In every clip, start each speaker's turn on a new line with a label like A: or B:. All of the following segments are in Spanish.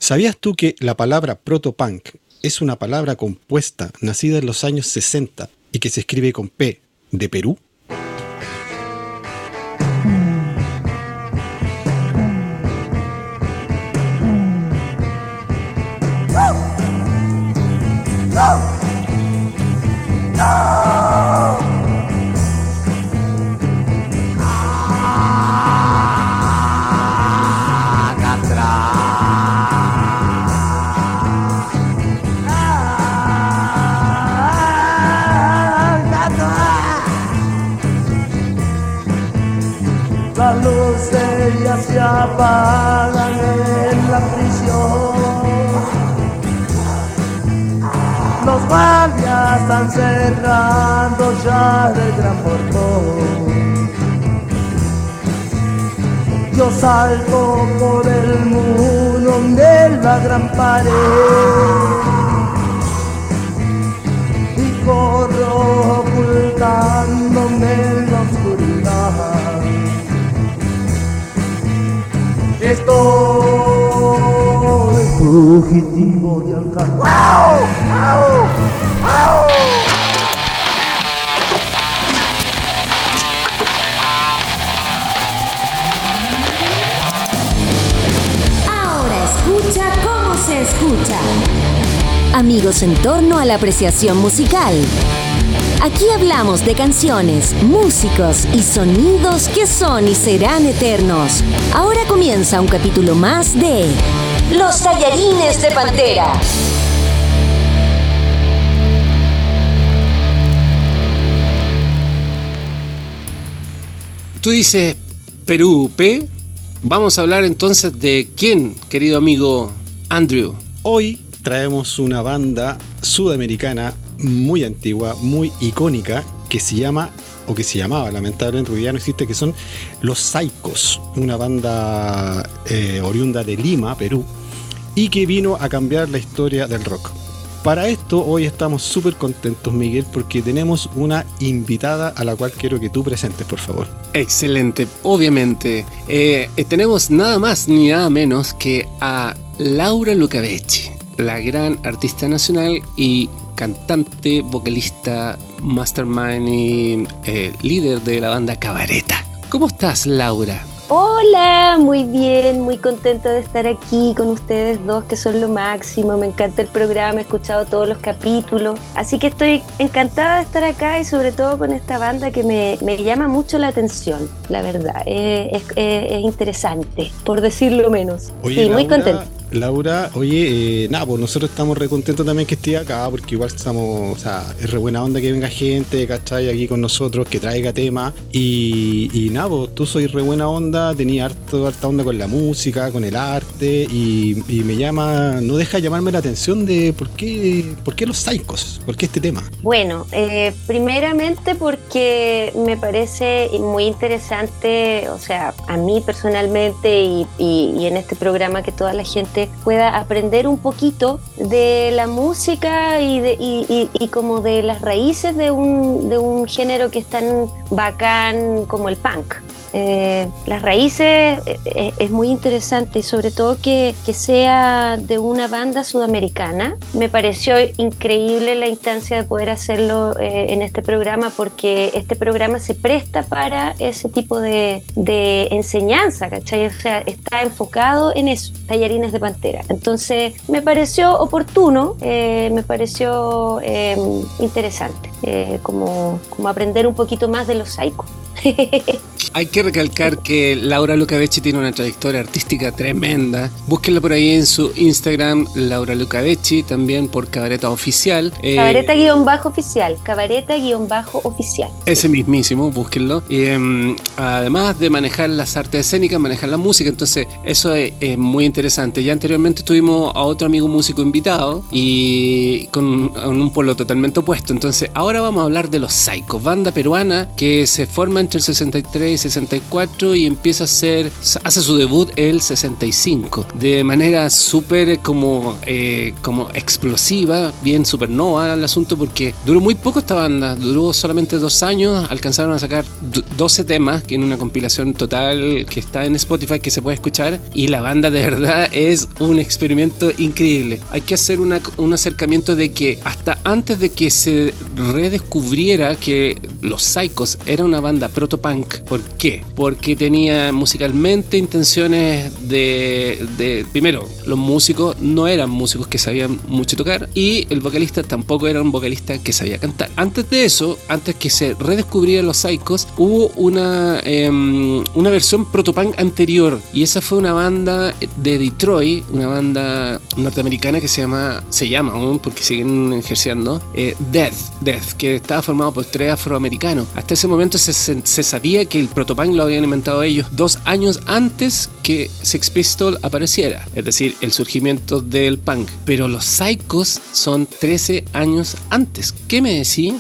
A: ¿Sabías tú que la palabra protopunk es una palabra compuesta nacida en los años 60 y que se escribe con P de Perú?
B: Las luces ya se apagan en la prisión. Los guardias están cerrando ya el gran portón. Yo salgo por el muro de la gran pared y corro ocultándome en la oscuridad. Estoy fugitivo de Alcalá. ¡Wow! ¡Wow! ¡Wow!
C: Ahora escucha cómo se escucha. Amigos en torno a la apreciación musical. Aquí hablamos de canciones, músicos y sonidos que son y serán eternos. Ahora comienza un capítulo más de Los Tallarines de Pantera.
D: Tú dices Perú, P. Vamos a hablar entonces de quién, querido amigo Andrew.
A: Hoy traemos una banda sudamericana muy antigua, muy icónica, que se llama, o que se llamaba, lamentablemente porque ya no existe, que son Los Saicos, una banda oriunda de Lima, Perú, y que vino a cambiar la historia del rock. Para esto hoy estamos súper contentos, Miguel, porque tenemos una invitada a la cual quiero que tú presentes, por favor.
D: Excelente, obviamente. Tenemos nada más ni nada menos que a Laura Lucavecchi, la gran artista nacional y cantante, vocalista, mastermind y líder de la banda Cabareta. ¿Cómo estás, Laura?
E: Hola, muy bien, muy contenta de estar aquí con ustedes dos, que son lo máximo. Me encanta el programa, he escuchado todos los capítulos, así que estoy encantada de estar acá y sobre todo con esta banda que me llama mucho la atención, la verdad. Es interesante, por decirlo menos.
A: Oye,
E: sí,
A: Laura,
E: muy contenta.
A: Laura, oye, nada, pues nosotros estamos re contentos también que esté acá, porque igual estamos, o sea, es re buena onda que venga gente, ¿cachai? Aquí con nosotros, que traiga temas, y nada, pues tú sois re buena onda, tenía harta onda con la música, con el arte, y me llama, no deja de llamarme la atención de por qué Los Saicos, por qué este tema.
E: Bueno, primeramente porque me parece muy interesante, o sea, a mí personalmente y en este programa que toda la gente pueda aprender un poquito de la música y como de las raíces de un género que es tan bacán como el punk. Las raíces es muy interesante y sobre todo que sea de una banda sudamericana. Me pareció increíble la instancia de poder hacerlo en este programa, porque este programa se presta para ese tipo de enseñanza, ¿cachai? O sea, está enfocado en eso, Tallarines de Pantera. Entonces me pareció oportuno, me pareció interesante, como aprender un poquito más de los Saicos.
D: Hay que recalcar que Laura Lucavecchi tiene una trayectoria artística tremenda. Búsquenla por ahí en su Instagram, Laura Lucavecchi, también por Cabareta Oficial.
E: Cabareta-oficial, Cabareta-oficial.
D: Ese mismísimo, búsquenlo. Y además de manejar las artes escénicas, manejar la música, entonces eso es muy interesante. Ya anteriormente tuvimos a otro amigo músico invitado y con un polo totalmente opuesto. Entonces ahora vamos a hablar de Los Saicos, banda peruana que se forma entre el 63 64 y hace su debut el 65 de manera súper como explosiva, bien supernova el asunto, porque duró muy poco esta banda, duró solamente 2 años, alcanzaron a sacar 12 temas, que en una compilación total que está en Spotify que se puede escuchar, y la banda de verdad es un experimento increíble. Hay que hacer un acercamiento de que hasta antes de que se redescubriera que los Psychos era una banda protopunk. ¿Por qué? Porque tenía musicalmente intenciones de primero, los músicos no eran músicos que sabían mucho tocar, y el vocalista tampoco era un vocalista que sabía cantar. Antes de eso, antes que se redescubrieran los Psychos, hubo una versión protopunk anterior, y esa fue una banda de Detroit, una banda norteamericana que se llama aún, porque siguen ejerciendo, Death, que estaba formado por 3 afroamericanos. Hasta ese momento se sabía que el protopunk lo habían inventado ellos 2 años antes que Sex Pistols apareciera, es decir, el surgimiento del punk. Pero los Psychos son 13 años antes. ¿Qué me decís?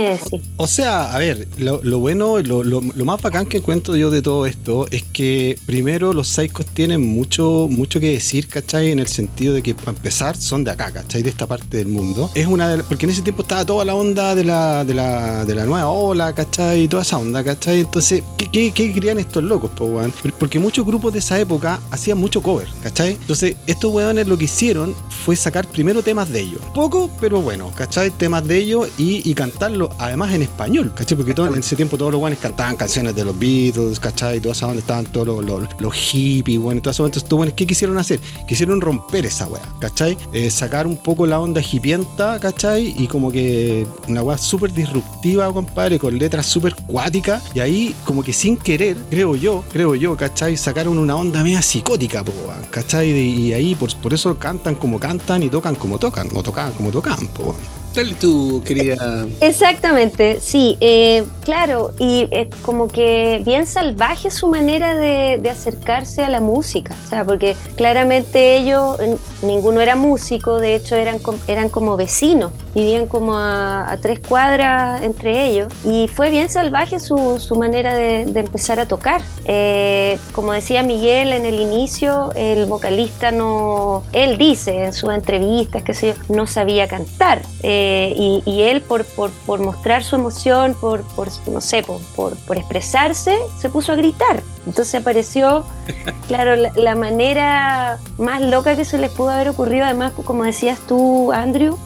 A: O sea, a ver, lo bueno, lo más bacán que encuentro yo de todo esto es que primero los Psychos tienen mucho que decir, ¿cachai? En el sentido de que para empezar son de acá, ¿cachai? De esta parte del mundo. Es porque en ese tiempo estaba toda la onda de la nueva ola, ¿cachai? Y toda esa onda, ¿cachai? Entonces, ¿qué querían estos locos, po, weón? Porque muchos grupos de esa época hacían mucho cover, ¿cachai? Entonces, estos weones lo que hicieron fue sacar primero temas de ellos. Poco, pero bueno, ¿cachai? Temas de ellos y cantarlo además en español, ¿cachai? Porque en ese tiempo todos los weones cantaban canciones de los Beatles, ¿cachai? Y toda esa onda, estaban todos los hippies, weón, y todo eso. Entonces, estos weones, ¿qué quisieron hacer? Quisieron romper esa weá, ¿cachai? Sacar un poco la onda hipienta, ¿cachai? Y como que una weá súper disruptiva, compadre, con letras súper cuáticas, y ahí como que sin querer, creo yo, ¿cachai? Sacaron una onda media psicótica, po, ¿cachai? Y ahí por eso cantan como cantan y tocan como tocan, o tocaban como tocan, po.
D: Dale tú, querida.
E: Exactamente, sí, claro, y es como que bien salvaje su manera de acercarse a la música, o sea, porque claramente ellos, ninguno era músico, de hecho eran como vecinos, vivían como a 3 cuadras entre ellos, y fue bien salvaje su manera de empezar a tocar. Como decía Miguel en el inicio, el vocalista él dice en sus entrevistas, qué sé yo, no sabía cantar. Y él por mostrar su emoción, por expresarse, se puso a gritar. Entonces apareció, claro, la manera más loca que se les pudo haber ocurrido, además, como decías tú, Andrew,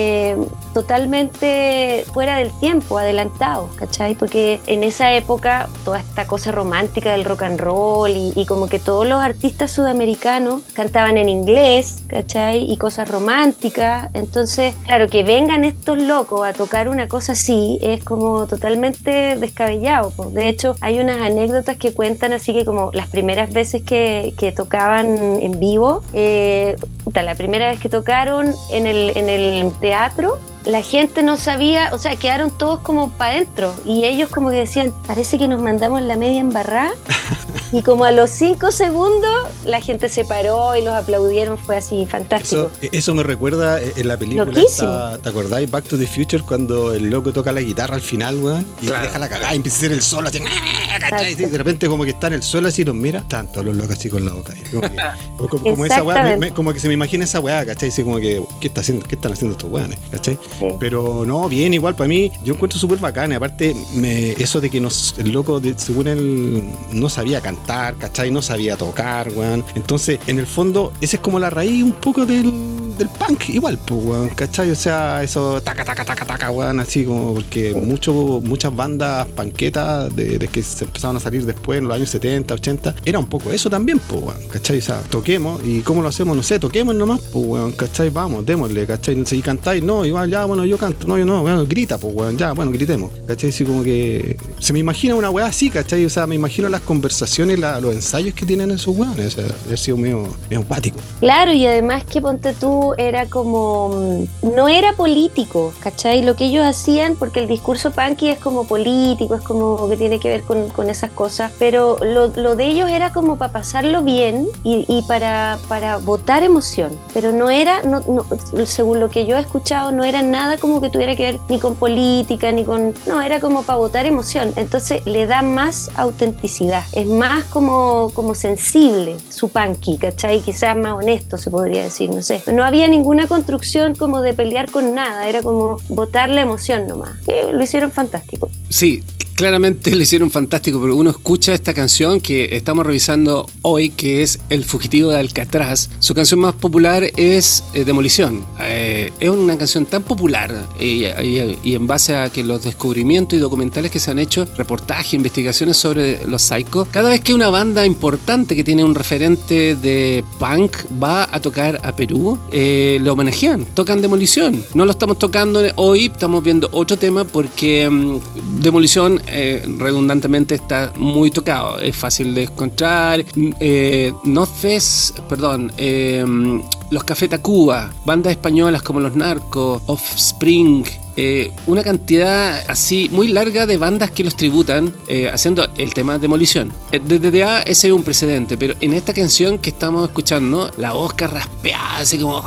E: totalmente fuera del tiempo, adelantado, ¿cachai? Porque en esa época toda esta cosa romántica del rock and roll y como que todos los artistas sudamericanos cantaban en inglés, ¿cachai? Y cosas románticas. Entonces, claro, que vengan estos locos a tocar una cosa así es como totalmente descabellado. De hecho, hay unas anécdotas que cuentan así que como las primeras veces que tocaban en vivo, la primera vez que tocaron en el teatro, la gente no sabía, o sea, quedaron todos como para adentro y ellos como que decían, parece que nos mandamos la media embarrada. Y como a los 5 segundos la gente se paró y los aplaudieron, fue así fantástico.
A: Eso me recuerda en la película esta, ¿te acordáis? Back to the Future, cuando el loco toca la guitarra al final, weón, y claro, deja la cagada y empieza a hacer el solo así, ¿cachai? Y de repente como que está en el suelo así y nos mira, están todos los locos así con la boca ahí. Como esa weá, como que se me imagina esa weá, ¿cachai? Así como que, ¿qué están haciendo estos weones? ¿Cachai? Sí. Pero no, bien, igual para mí, yo encuentro súper bacán. Aparte, eso de que el loco, según él, no sabía cantar, ¿cachai? No sabía tocar, weón. Entonces, en el fondo, esa es como la raíz un poco del punk, igual, pues, weón, ¿cachai? O sea, eso, taca, weón, así como, porque muchas bandas panquetas de que se empezaron a salir después, en los años 70, 80, era un poco eso también, pues, weón, ¿cachai? O sea, toquemos, y ¿cómo lo hacemos? No sé, toquemos nomás, pues, weón, ¿cachai? Vamos, démosle, ¿cachai? Si cantáis, no, igual, ya, bueno, yo canto, no, yo no, bueno, grita, pues, weón, ya, bueno, gritemos, ¿cachai? Así como que se me imagina una weá así, ¿cachai? O sea, me imagino las conversaciones imagínate los ensayos que tienen esos hueones, o sea, ha sido medio empático.
E: Claro, y además que ponte tú, era como, no era político, ¿cachai? Lo que ellos hacían, porque el discurso punky es como político, es como que tiene que ver con esas cosas, pero lo de ellos era como para pasarlo bien y para botar emoción, pero no era, según lo que yo he escuchado, no era nada como que tuviera que ver ni con política, no, era como para botar emoción, entonces le da más autenticidad, es más como sensible su punky, ¿cachai? Quizás más honesto se podría decir, no sé. No había ninguna construcción como de pelear con nada, era como botar la emoción nomás. Lo hicieron fantástico.
D: Sí, claramente lo hicieron fantástico, pero uno escucha esta canción que estamos revisando hoy, que es El Fugitivo de Alcatraz. Su canción más popular es Demolición. Es una canción tan popular y en base a que los descubrimientos y documentales que se han hecho, reportajes, investigaciones sobre los Psychos, cada vez que una banda importante que tiene un referente de punk va a tocar a Perú, lo homenajean, tocan Demolición. No lo estamos tocando hoy, estamos viendo otro tema porque Demolición redundantemente está muy tocado, es fácil de encontrar. Los Café Tacuba, bandas españolas como Los Narcos, Offspring, una cantidad así muy larga de bandas que los tributan haciendo el tema Demolición. Desde ya ese es un precedente, pero en esta canción que estamos escuchando, la voz raspeada, así como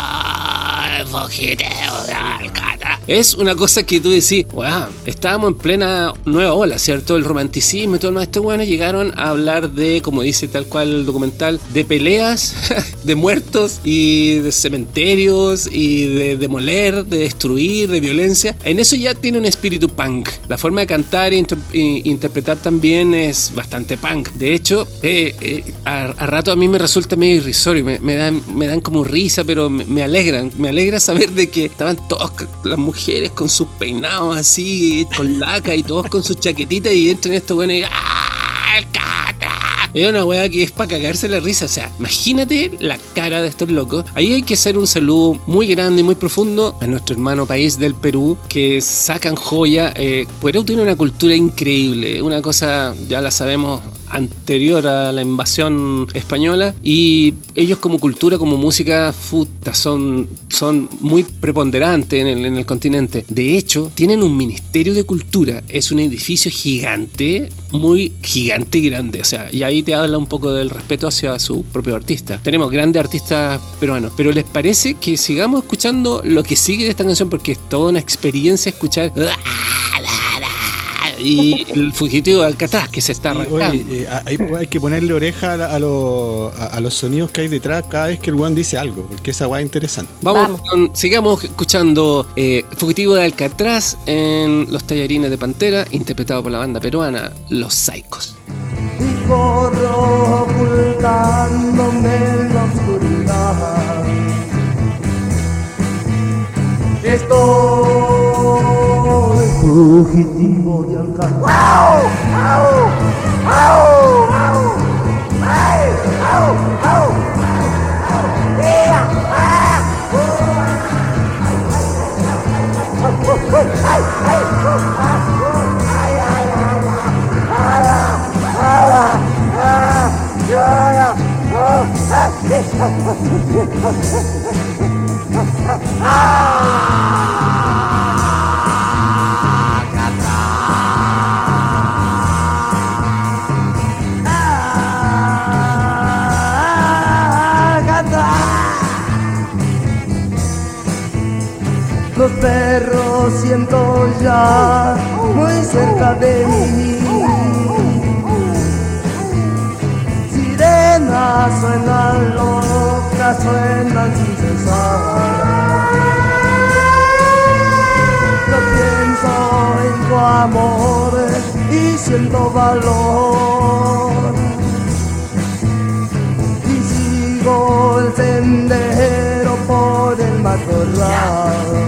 D: es una cosa que tú decís, wow, estábamos en plena nueva ola, ¿cierto? El romanticismo y todo lo demás. Estos buenos llegaron a hablar de, como dice tal cual el documental, de peleas, de muertos y de cementerios y de demoler, de destruir, de violencia. En eso ya tiene un espíritu punk. La forma de cantar e interpretar también es bastante punk. De hecho, a rato a mí me resulta medio irrisorio, me dan como risa, pero me alegra saber de que estaban todas las mujeres con sus peinados así, con laca y todos con sus chaquetitas y entran estos buenos y es una weá que es para cagarse la risa. O sea, imagínate la cara de estos locos. Ahí hay que hacer un saludo muy grande y muy profundo a nuestro hermano país del Perú, que sacan joya. Perú tiene una cultura increíble, una cosa, ya la sabemos, anterior a la invasión española, y ellos como cultura, como música, son muy preponderantes en el continente. De hecho, tienen un ministerio de cultura, es un edificio gigante, muy gigante y grande, o sea, y ahí te habla un poco del respeto hacia su propio artista. Tenemos grandes artistas peruanos, pero ¿les parece que sigamos escuchando lo que sigue de esta canción? Porque es toda una experiencia escuchar y El Fugitivo de Alcatraz, que se está arrancando.
A: Oye, ahí hay que ponerle oreja a los sonidos que hay detrás cada vez que el weón dice algo, porque esa weá es interesante.
D: Sigamos escuchando Fugitivo de Alcatraz en Los Tallarines de Pantera, interpretado por la banda peruana Los Psychos.
B: Y corro ocultándome en la oscuridad. Estoy fugitivo de Alcatraz. ¡Au! ¡Au! ¡Au! ¡Au! ¡Ay! ¡Au! ¡Au! Los perros siento ya muy cerca de mí. Sirenas suenan locas, suenan sin cesar. Yo pienso en tu amor y siento valor. Y sigo el sendero por el matorral.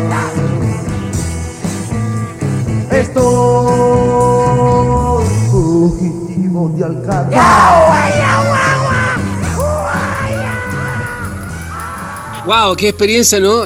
B: Estoy fugitivo de Alcatraz.
D: Wow, qué experiencia, ¿no?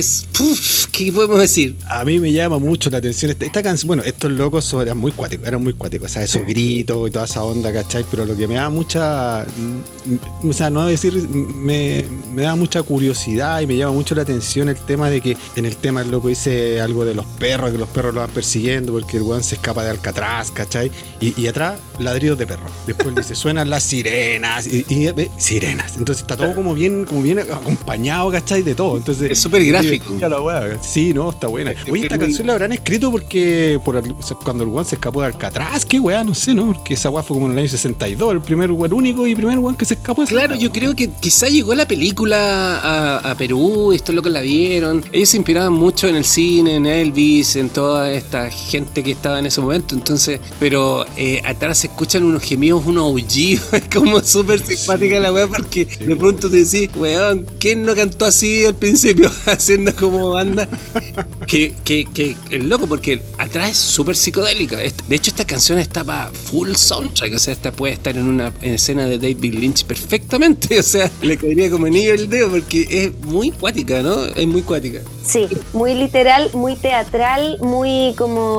D: ¿Qué podemos decir?
A: A mí me llama mucho la atención esta canción. Bueno, estos locos eran muy cuáticos, o sea, esos gritos y toda esa onda, ¿cachai? Pero lo que me da mucha, o sea, no decir, me da mucha curiosidad y me llama mucho la atención el tema de que en el tema el loco dice algo de los perros, que los perros lo van persiguiendo porque el weón se escapa de Alcatraz, ¿cachai? Y atrás, ladridos de perro. Después dice, suenan las sirenas y sirenas. Entonces está todo como bien acompañado, ¿cachai? De todo. Entonces,
D: es súper gráfico.
A: Sí, no, está buena. Oye, esta canción la habrán escrito porque cuando el weón se escapó de Alcatraz, qué weá, no sé, ¿no? Porque esa weá fue como en el año 62, el único y primer weón que se escapó.
D: Claro, yo creo que quizá llegó la película a Perú, estos locos la vieron. Ellos se inspiraban mucho en el cine, en Elvis, en toda esta gente que estaba en ese momento. Entonces, pero atrás se escuchan unos gemidos, unos aullidos. Es como súper simpática la weá porque de pronto te decís, weón, ¿quién no cantó así al principio? Haciendo como banda. Que es loco porque atrás es súper psicodélica. De hecho, esta canción está para full soundtrack. O sea, esta puede estar en una escena de David Lynch perfectamente. O sea, le caería como anillo el dedo porque es muy cuática, ¿no? Es muy cuática.
E: Sí, muy literal, muy teatral, muy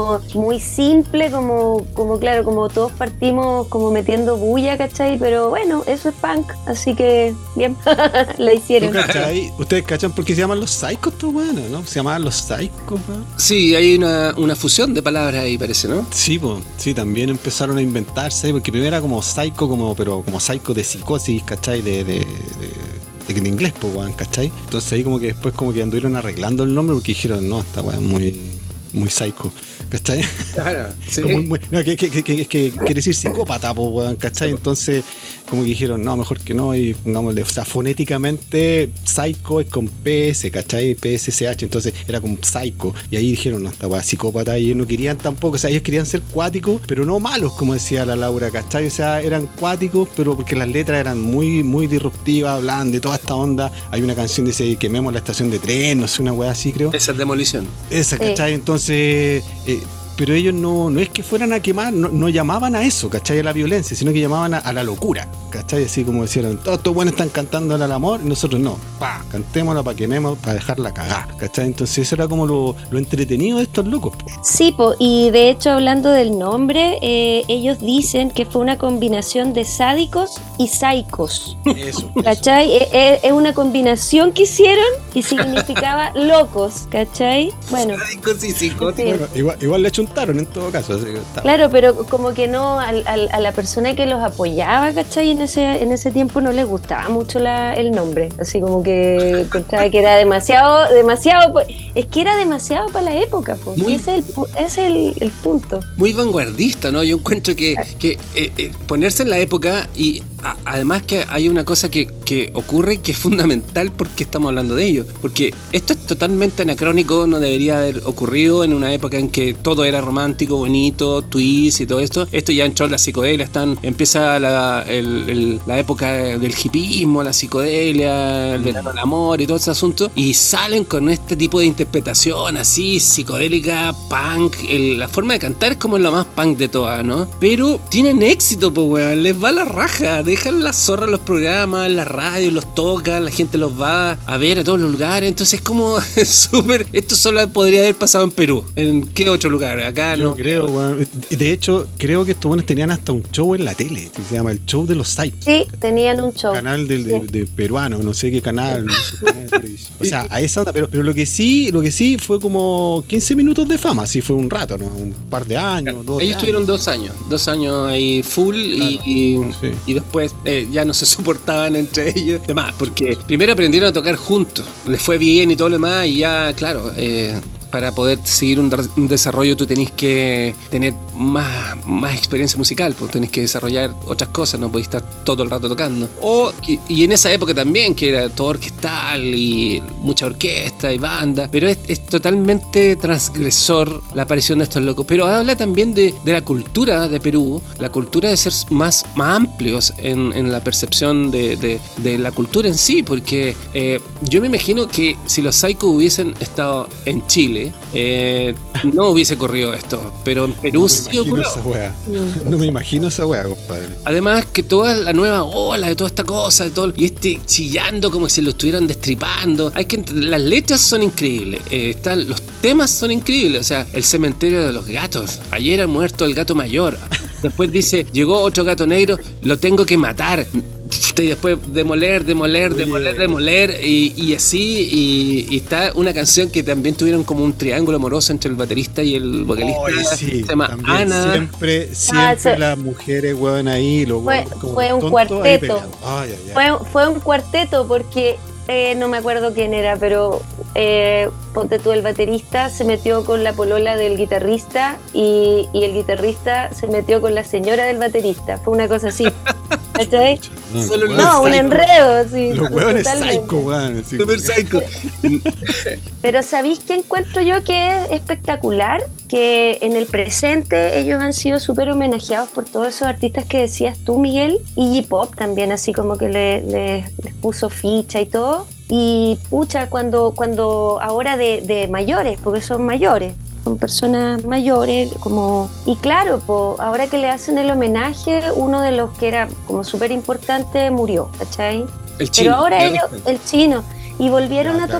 E: simple, como claro, como todos partimos como metiendo bulla, ¿cachai? Pero bueno, eso es punk, así que bien, la hicieron.
A: ¿Ustedes cachan por qué se llaman los Psychos, bueno, ¿no? Se llamaban los Psychos, ¿no?
D: Sí, hay una fusión de palabras ahí, parece, ¿no?
A: Sí, pues, sí, también empezaron a inventarse, porque primero era como psycho, pero como psycho de psicosis, ¿cachai? De inglés, pues, weón, ¿cachai? Entonces ahí como que después como que anduvieron arreglando el nombre porque dijeron, no, esta weón es muy psycho, ¿cachai?
D: Claro, sí.
A: Que quiere decir psicópata, pues, weón, ¿cachai? Entonces como que dijeron, no, mejor que no, y pongámosle, o sea, fonéticamente psycho es con PS, ¿cachai? PSCH, entonces era como psycho, y ahí dijeron, no, esta weá psicópata, y ellos no querían tampoco, o sea, ellos querían ser cuáticos, pero no malos, como decía la Laura, ¿cachai? O sea, eran cuáticos, pero porque las letras eran muy, muy disruptivas, hablaban de toda esta onda. Hay una canción que dice, quememos la estación de tren, no sé, una weá así, creo.
D: Esa es Demolición.
A: Esa, ¿cachai? Entonces, pero ellos no es que fueran a quemar, no llamaban a eso, ¿cachai? A la violencia, sino que llamaban a la locura, ¿cachai? Así como decían, todos estos buenos están cantando al amor, y nosotros no, cantémosla para quememos, para dejarla cagar, ¿cachai? Entonces eso era como lo entretenido de estos locos, po.
E: Sí, y de hecho, hablando del nombre, ellos dicen que fue una combinación de sádicos y psicos.
A: Eso.
E: ¿Cachai? Es una combinación que hicieron y significaba locos, ¿cachai? Bueno.
D: Sádicos y psicóticos.
E: Sí.
A: Bueno, igual le achuntaron en todo caso. Así que
E: claro, pero como que no, a la persona que los apoyaba, ¿cachai? En ese tiempo no les gustaba mucho el nombre. Así como que pensaba que era demasiado, es que era demasiado para la época, pues. Ese es el punto.
D: Muy vanguardista, ¿no? Yo encuentro que ponerse en la época y además que hay una cosa que ocurre que es fundamental porque estamos hablando de ello. Porque esto es totalmente anacrónico, no debería haber ocurrido en una época en que todo era romántico, bonito, twist y todo esto. Esto ya entró en la psicodelia, empieza la época del hipismo, la psicodelia, el verano del amor y todo ese asunto. Y salen con este tipo de interpretación así, psicodélica, punk. La forma de cantar es como la más punk de todas, ¿no? Pero tienen éxito, pues, weón, les va la raja. Dejan la zorra en los programas, en la radio, los tocan, la gente los va a ver a todos los lugares. Entonces es como súper. Esto solo podría haber pasado en Perú. ¿En qué otro lugar? Acá
A: yo
D: no
A: creo, bueno, de hecho, creo que estos buenos tenían hasta un show en la tele, que se llama el show de los Psychos.
E: Sí, tenían un show.
A: Canal de peruano, no sé qué canal. O sea, a esa onda, pero lo que sí fue como 15 minutos de fama, sí fue un rato, ¿no? Un par de años,
D: Ellos tuvieron 2 años ahí full, claro, y después ya no se soportaban entre ellos. Además, porque primero aprendieron a tocar juntos, les fue bien y todo lo demás, y ya, claro, para poder seguir un desarrollo tú tenés que tener más experiencia musical, pues tenés que desarrollar otras cosas, no podés estar todo el rato tocando. Y en esa época también, que era todo orquestal y mucha orquesta y banda, pero es totalmente transgresor la aparición de estos locos. Pero habla también de la cultura de Perú, la cultura de ser más amplios en la percepción de la cultura en sí, porque yo me imagino que si los Psychos hubiesen estado en Chile, Chile, no hubiese corrido esto. Pero en Perú sí ocurrió.
A: No me imagino esa weá, compadre.
D: Además que toda la nueva ola de toda esta cosa, de todo, y chillando como si lo estuvieran destripando. Las letras son increíbles, los temas son increíbles. O sea, el cementerio de los gatos. Ayer ha muerto el gato mayor. Después dice, llegó otro gato negro, lo tengo que matar. Y después demoler y así, y está una canción que también tuvieron como un triángulo amoroso entre el baterista y el vocalista.
A: Sí,
D: se llama Ana.
A: Siempre las mujeres, weón, ahí.
E: Fue un cuarteto. Fue un cuarteto porque no me acuerdo quién era, pero ponte tú, el baterista se metió con la polola del guitarrista y el guitarrista se metió con la señora del baterista. Fue una cosa así. ¿Cachai? No, un enredo, sí.
A: Los hueones psycho, weón.
D: Super psycho.
E: Pero ¿sabéis qué encuentro yo que es espectacular? Que en el presente ellos han sido súper homenajeados por todos esos artistas que decías tú, Miguel, y J-Pop también, así como que les puso ficha y todo. Y pucha, cuando ahora de mayores, porque son mayores, son personas mayores, como, y claro, ahora que le hacen el homenaje, uno de los que era como súper importante murió, ¿cachai?
D: El chino.
E: Pero ahora ellos, el chino, y volvieron a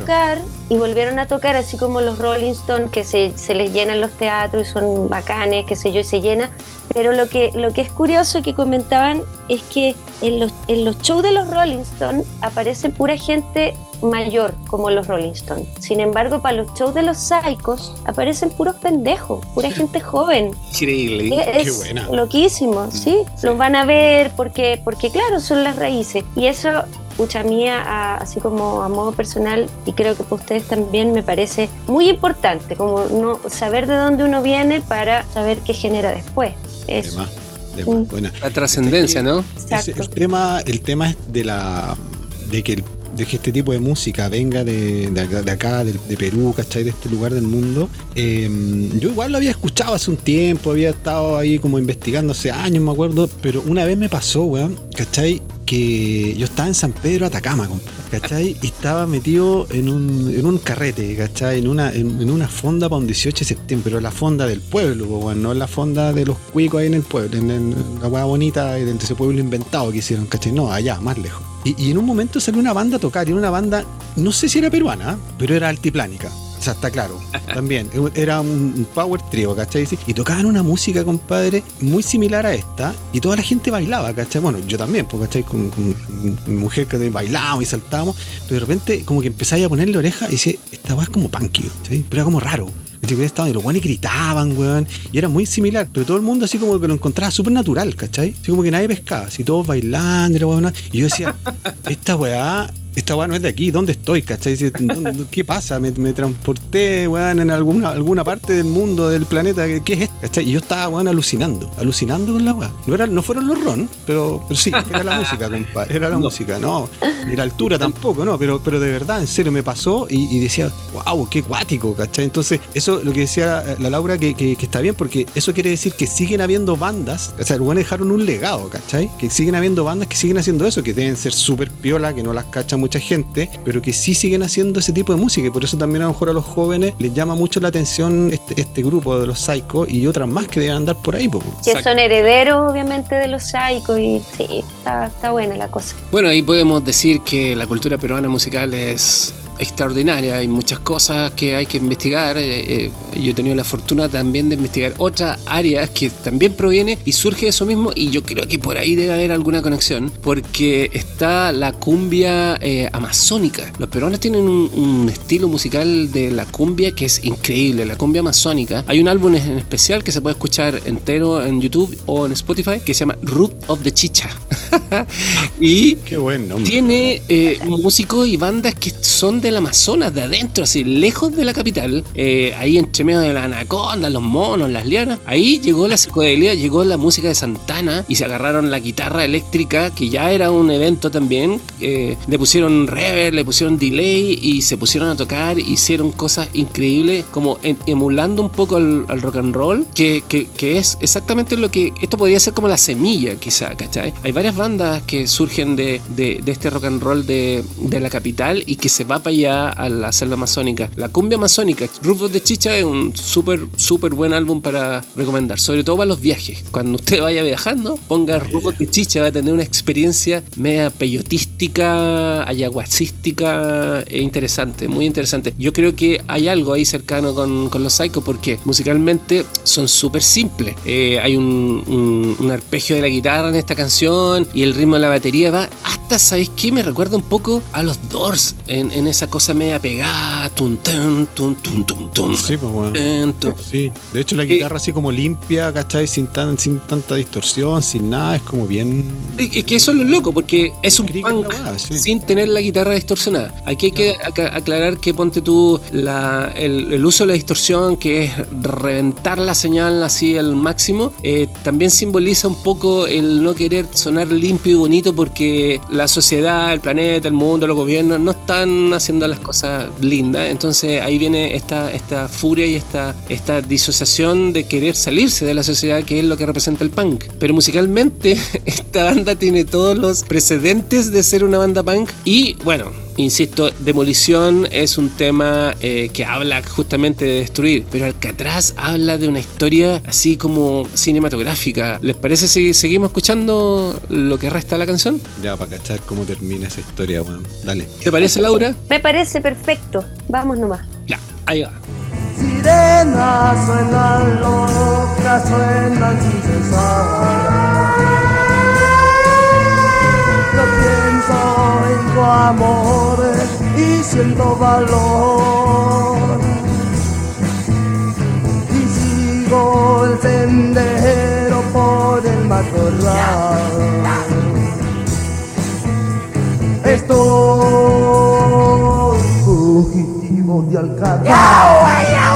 E: tocar, así como los Rolling Stones, que se les llenan los teatros y son bacanes, qué sé yo, y se llena. Pero lo que es curioso que comentaban es que en los shows de los Rolling Stones aparece pura gente mayor, como los Rolling Stones. Sin embargo, para los shows de los Psychos aparecen puros pendejos, pura gente joven.
D: Increíble.
E: Qué buena. Loquísimo, ¿sí? Los van a ver porque claro, son las raíces. Y eso, pucha, mía, así como a modo personal, y creo que para ustedes también, me parece muy importante, como no saber de dónde uno viene para saber qué genera después. Eso.
A: Buena.
D: La trascendencia, ¿no?
E: Exacto.
A: El tema es de que este tipo de música venga de acá, de Perú, ¿cachai? De este lugar del mundo. Yo igual lo había escuchado hace un tiempo, había estado ahí como investigando hace años, me acuerdo, pero una vez me pasó, weón, ¿cachai? Que yo estaba en San Pedro, Atacama, ¿cachai? Y estaba metido en un carrete, ¿cachai? En una fonda para un 18 de septiembre, pero la fonda del pueblo, weón, no la fonda de los cuicos ahí en el pueblo, en la hueá bonita de ese pueblo inventado que hicieron, ¿cachai? No, allá, más lejos. Y en un momento salió una banda a tocar, y era una banda, no sé si era peruana, pero era altiplánica. O sea, está claro, también era un power trio, ¿cachai? Y tocaban una música, compadre, muy similar a esta, y toda la gente bailaba, ¿cachai? Bueno, yo también, ¿cachai? Con mi mujer que bailábamos y saltábamos, pero de repente como que empezáis a ponerle oreja y dice, esta weá es como punky, ¿cachai? Pero era como raro. Y los guanes gritaban, weón, y era muy similar, pero todo el mundo así como que lo encontraba súper natural, ¿cachai? Así como que nadie pescaba, así todos bailando, weón, y yo decía, esta weá no es de aquí, ¿dónde estoy? ¿Cachai? ¿Qué pasa? Me transporté, weón, en alguna parte del mundo, del planeta, ¿qué es esto? ¿Cachai? Y yo estaba, weón, alucinando con la weá. No fueron los ron, pero sí, era la música, compadre, era la música, no, ni la altura tampoco, no, pero de verdad, en serio, me pasó y decía, wow, qué cuático, ¿cachai? Entonces, eso lo que decía la Laura, que está bien, porque eso quiere decir que siguen habiendo bandas, o sea, los weones dejaron un legado, ¿cachai? Que siguen habiendo bandas que siguen haciendo eso, que deben ser súper piola, que no las cacha mucha gente, pero que sí siguen haciendo ese tipo de música, y por eso también a lo mejor a los jóvenes les llama mucho la atención este grupo de los Psychos y otras más que deben andar por ahí,
E: que son herederos obviamente de los Psychos, y sí, está buena la cosa.
D: Bueno, ahí podemos decir que la cultura peruana musical es extraordinaria, hay muchas cosas que hay que investigar. Yo he tenido la fortuna también de investigar otras áreas que también proviene y surge de eso mismo, y yo creo que por ahí debe haber alguna conexión, porque está la cumbia amazónica. Los peruanos tienen un estilo musical de la cumbia que es increíble, la cumbia amazónica. Hay un álbum en especial que se puede escuchar entero en YouTube o en Spotify que se llama Root of the Chicha. Y
A: qué buen nombre.
D: Tiene músicos y bandas que son del Amazonas, de adentro, así lejos de la capital, ahí entre medio de la anaconda, los monos, las lianas. Ahí llegó la psicodelia, llegó la música de Santana y se agarraron la guitarra eléctrica, que ya era un evento también. Le pusieron reverb, le pusieron delay y se pusieron a tocar, hicieron cosas increíbles, como emulando un poco al rock and roll, que es exactamente lo que esto podría ser como la semilla, quizá, ¿cachai? Hay varias bandas que surgen de este rock and roll de la capital y que se va para allá a la selva amazónica. La cumbia amazónica, Rufos de Chicha, es un súper buen álbum para recomendar, sobre todo para los viajes. Cuando usted vaya viajando, ponga Rufos de Chicha, va a tener una experiencia media peyotística, ayahuascística, interesante, muy interesante. Yo creo que hay algo ahí cercano con los Psycho, porque musicalmente son súper simples. Hay un arpegio de la guitarra en esta canción y el ritmo de la batería va hasta, ¿sabéis qué? Me recuerda un poco a los Doors en esa cosa media pegada. Tun, tun, tun, tun, tun, tun,
A: sí, pues bueno. Sí. De hecho, la guitarra así como limpia, ¿cachai? Sin tanta distorsión, sin nada, es como bien...
D: Es que eso es lo loco, porque es un punk sin tener la guitarra distorsionada. Aquí hay que aclarar que, ponte tú, el uso de la distorsión, que es reventar la señal así al máximo, también simboliza un poco el no querer sonar limpio y bonito, porque la sociedad, el planeta, el mundo, los gobiernos no están haciendo las cosas lindas. Entonces ahí viene esta furia y esta disociación de querer salirse de la sociedad, que es lo que representa el punk. Pero musicalmente esta banda tiene todos los precedentes de ser una banda punk. Y bueno, insisto, Demolición es un tema que habla justamente de destruir, pero Alcatraz habla de una historia así como cinematográfica. ¿Les parece si seguimos escuchando lo que resta de la canción?
A: Ya, para cachar cómo termina esa historia, bueno. Dale.
D: ¿Te parece, Laura?
E: Me parece perfecto. Vamos nomás.
D: Ya, ahí va.
B: Sirenas suenan locas, suenan sin cesar. Yo pienso en tu amor y siento valor. Y sigo el sendero por el matorral. Estoy fugitivo de Alcatraz.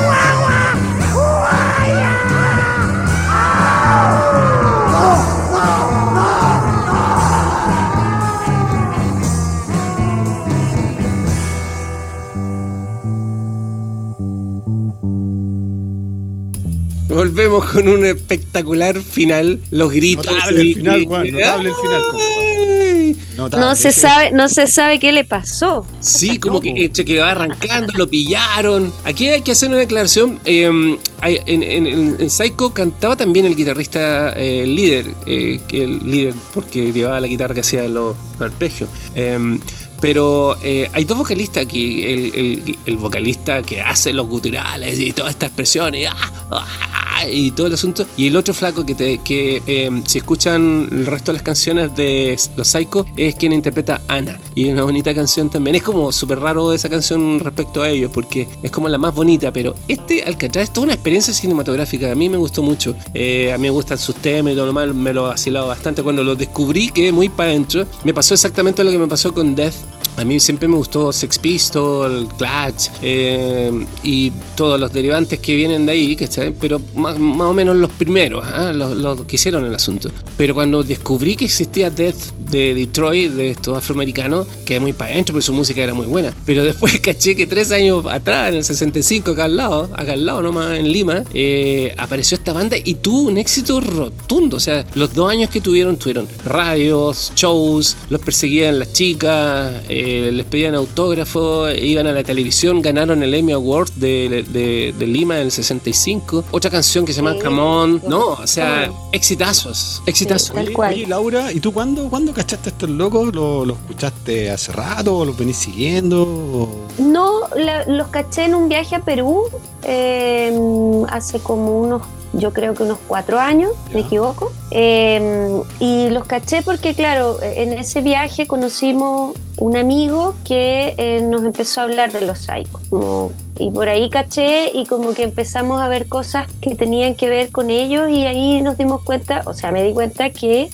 D: Volvemos con un espectacular final, los gritos.
A: Notable el final, Juan, notable el final. Notable,
E: No se sabe qué le pasó.
D: Sí, como que se quedó arrancando, lo pillaron. Aquí hay que hacer una declaración. En Psycho cantaba también el guitarrista líder, porque llevaba la guitarra que hacía los arpegios. Pero hay dos vocalistas aquí. El vocalista que hace los guturales y todas estas expresiones y todo el asunto, y el otro flaco que si escuchan el resto de las canciones de los Psycho, es quien interpreta Ana, y es una bonita canción también. Es como súper raro esa canción respecto a ellos, porque es como la más bonita, pero Alcatraz es toda una experiencia cinematográfica. A mí me gustó mucho. A mí me gustan sus temas y todo lo mal, me lo he vacilado bastante. Cuando lo descubrí, quedé muy para adentro. Me pasó exactamente lo que me pasó con Death. A mí siempre me gustó Sex Pistols, Clash y todos los derivantes que vienen de ahí, ¿cachai? Pero más o menos los primeros, los que hicieron el asunto. Pero cuando descubrí que existía Death de Detroit, de estos afroamericanos, quedé muy para adentro porque su música era muy buena. Pero después caché que 3 años atrás, en el 65, acá al lado nomás, en Lima, apareció esta banda y tuvo un éxito rotundo. O sea, los 2 años que tuvieron radios, shows, los perseguían las chicas, les pedían autógrafos, iban a la televisión, ganaron el Emmy Award de Lima en el 65. Otra canción que se llama Come On, ¿no? O sea, exitazos.
E: Tal cual.
A: Oye, Laura, ¿y tú cuándo cachaste a estos locos? ¿Lo escuchaste hace rato o los venís siguiendo?
E: No, los caché en un viaje a Perú hace como yo creo que unos 4 años, ¿me equivoco? Y los caché porque, claro, en ese viaje conocimos un amigo que nos empezó a hablar de los Psychos. Y por ahí caché y como que empezamos a ver cosas que tenían que ver con ellos y ahí nos dimos cuenta, o sea, me di cuenta que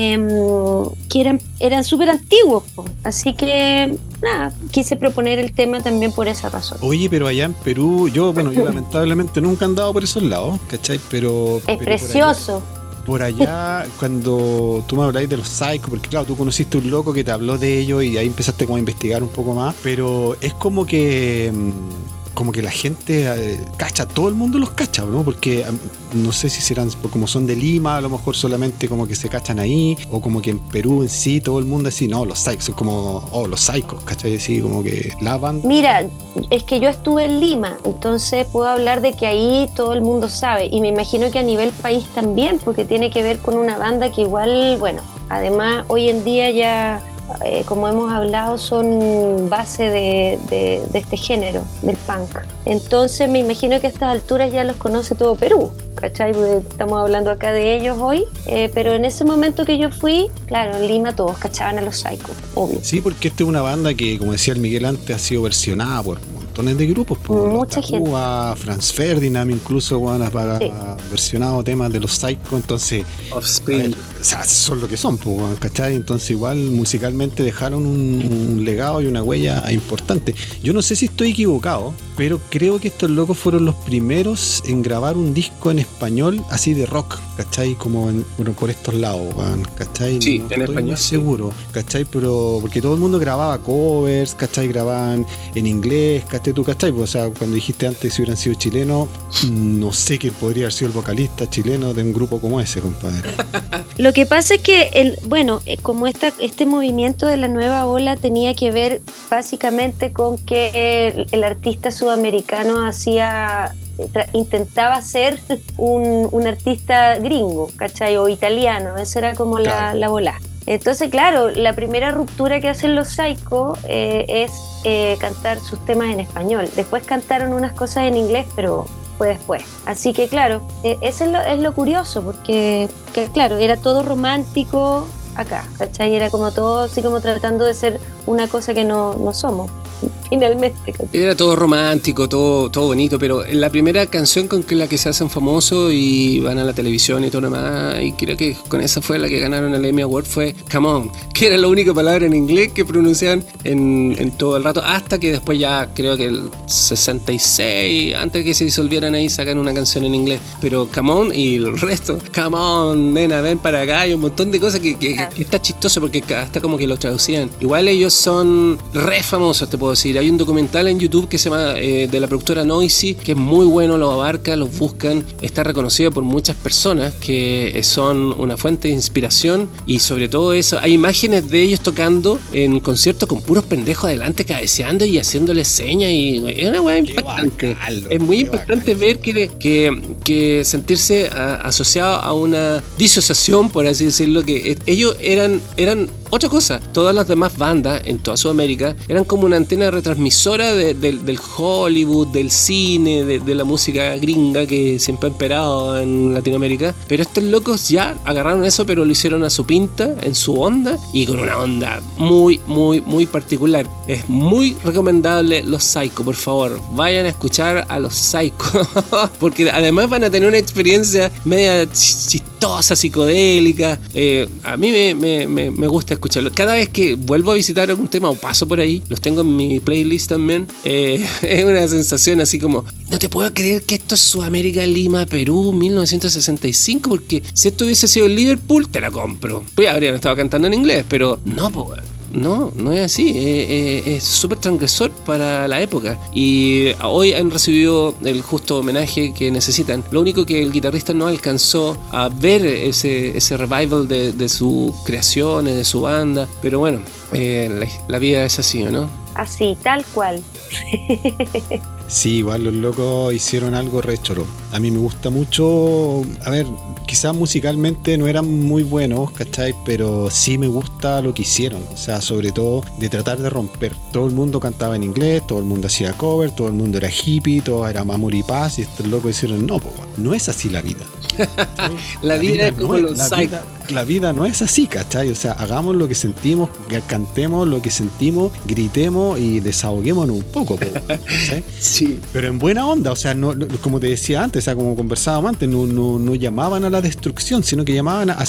E: eran súper antiguos. Así que, nada, quise proponer el tema también por esa razón.
A: Oye, pero allá en Perú, yo lamentablemente nunca he andado por esos lados, ¿cachai? Pero
E: precioso.
A: Por allá, cuando tú me habláis de los Psychos, porque claro, tú conociste un loco que te habló de ellos y ahí empezaste como a investigar un poco más, pero es como que la gente cacha, todo el mundo los cacha, ¿no? Porque no sé si serán, como son de Lima, a lo mejor solamente como que se cachan ahí, o como que en Perú en sí, todo el mundo así, no, los Psychos, son como, los Psychos, ¿cachai? Así como que la banda.
E: Mira, es que yo estuve en Lima, entonces puedo hablar de que ahí todo el mundo sabe, y me imagino que a nivel país también, porque tiene que ver con una banda que igual, bueno, además hoy en día ya... como hemos hablado, son base de este género, del punk. Entonces me imagino que a estas alturas ya los conoce todo Perú, ¿cachai? Porque estamos hablando acá de ellos hoy, pero en ese momento que yo fui, claro, en Lima todos cachaban a los Psychos, obvio.
A: Sí, porque esta es una banda que, como decía el Miguel antes, ha sido versionada por montones de grupos, por
E: mucha gente.
A: Franz Ferdinand incluso, bueno, ha
E: Sí.
A: versionado temas de los Psychos, entonces
D: Offspring.
A: o sea, son lo que son, pues, ¿cachai? Entonces igual musicalmente dejaron un legado y una huella importante. Yo no sé si estoy equivocado, pero creo que estos locos fueron los primeros en grabar un disco en español así de rock, ¿cachai? Como por estos lados, ¿cachai?
D: Sí,
A: no
D: en
A: estoy
D: español,
A: muy
D: sí.
A: seguro, ¿cachai? Pero porque todo el mundo grababa covers, ¿cachai? Grababan en inglés, ¿cachai? ¿Tú, cachai? Pues, o sea, cuando dijiste antes si hubieran sido chilenos, no sé quién podría haber sido el vocalista chileno de un grupo como ese, compadre.
E: Lo que pasa es que, como este movimiento de la nueva ola tenía que ver básicamente con que el artista sudamericano intentaba ser un artista gringo, ¿cachai? O italiano, esa era como
A: Claro.
E: la bola. Entonces, claro, la primera ruptura que hacen los Psychos es cantar sus temas en español. Después cantaron unas cosas en inglés, pero fue después. Así que claro, eso es lo curioso, porque claro, era todo romántico acá, ¿cachai? Era como todo así como tratando de ser una cosa que no somos, finalmente, ¿cachai?
D: Era todo romántico, todo bonito, pero la primera canción con la que se hacen famosos y van a la televisión y todo lo demás, y creo que con esa fue la que ganaron el Emmy Award, fue Come On, que era la única palabra en inglés que pronunciaban en todo el rato, hasta que después ya creo que el 66, antes de que se disolvieran ahí, sacan una canción en inglés, pero Come On y el resto, Come On, nena, ven para acá, y un montón de cosas que está chistoso porque hasta como que lo traducían. Igual ellos son re famosos, te puedo decir. Hay un documental en YouTube que se llama de la productora Noisy, que es muy bueno, los abarca, los buscan, está reconocido por muchas personas que son una fuente de inspiración, y sobre todo eso, hay imágenes de ellos tocando en conciertos con puros pendejos adelante cabeceando y haciéndole señas, y es una weá impactante.
A: bacán, loco,
D: Es muy
A: qué
D: impactante ver que sentirse asociado a una disociación, por así decirlo, que ellos eran otra cosa. Todas las demás bandas en toda Sudamérica eran como una antena retransmisora del Hollywood, del cine, de la música gringa que siempre ha imperado en Latinoamérica, pero estos locos ya agarraron eso, pero lo hicieron a su pinta, en su onda, y con una onda muy, muy, muy particular. Es muy recomendable los Psychos, por favor, vayan a escuchar a los Psychos porque además van a tener una experiencia media chistosa, psicodélica. A mí me gusta escucharlo. Cada vez que vuelvo a visitar algún tema o paso por ahí, los tengo en mi playlist también. Es una sensación así como, no te puedo creer que esto es Sudamérica, Lima, Perú, 1965, porque si esto hubiese sido en Liverpool, te la compro. Pues habrían estado cantando en inglés, pero no, pues. No es así, es súper transgresor para la época, y hoy han recibido el justo homenaje que necesitan. Lo único que el guitarrista no alcanzó a ver ese revival de sus creaciones, de su banda, pero bueno, la vida es así, ¿no?
E: Así, tal cual.
A: Sí, igual los locos hicieron algo re choro. A mí me gusta mucho, a ver, quizás musicalmente no eran muy buenos, ¿cachai? Pero sí me gusta lo que hicieron, o sea, sobre todo de tratar de romper. Todo el mundo cantaba en inglés, todo el mundo hacía cover, todo el mundo era hippie, todo era amor y paz, y estos locos hicieron, no, pues, no es así la vida.
D: La vida es como los Psycho.
A: La vida no es así, ¿cachai? O sea, hagamos lo que sentimos, cantemos lo que sentimos, gritemos y desahoguémonos un poco, ¿cachai?
D: Sí.
A: Pero en buena onda, o sea, no, como te decía antes, o sea, como conversábamos antes, no llamaban a la destrucción, sino que llamaban a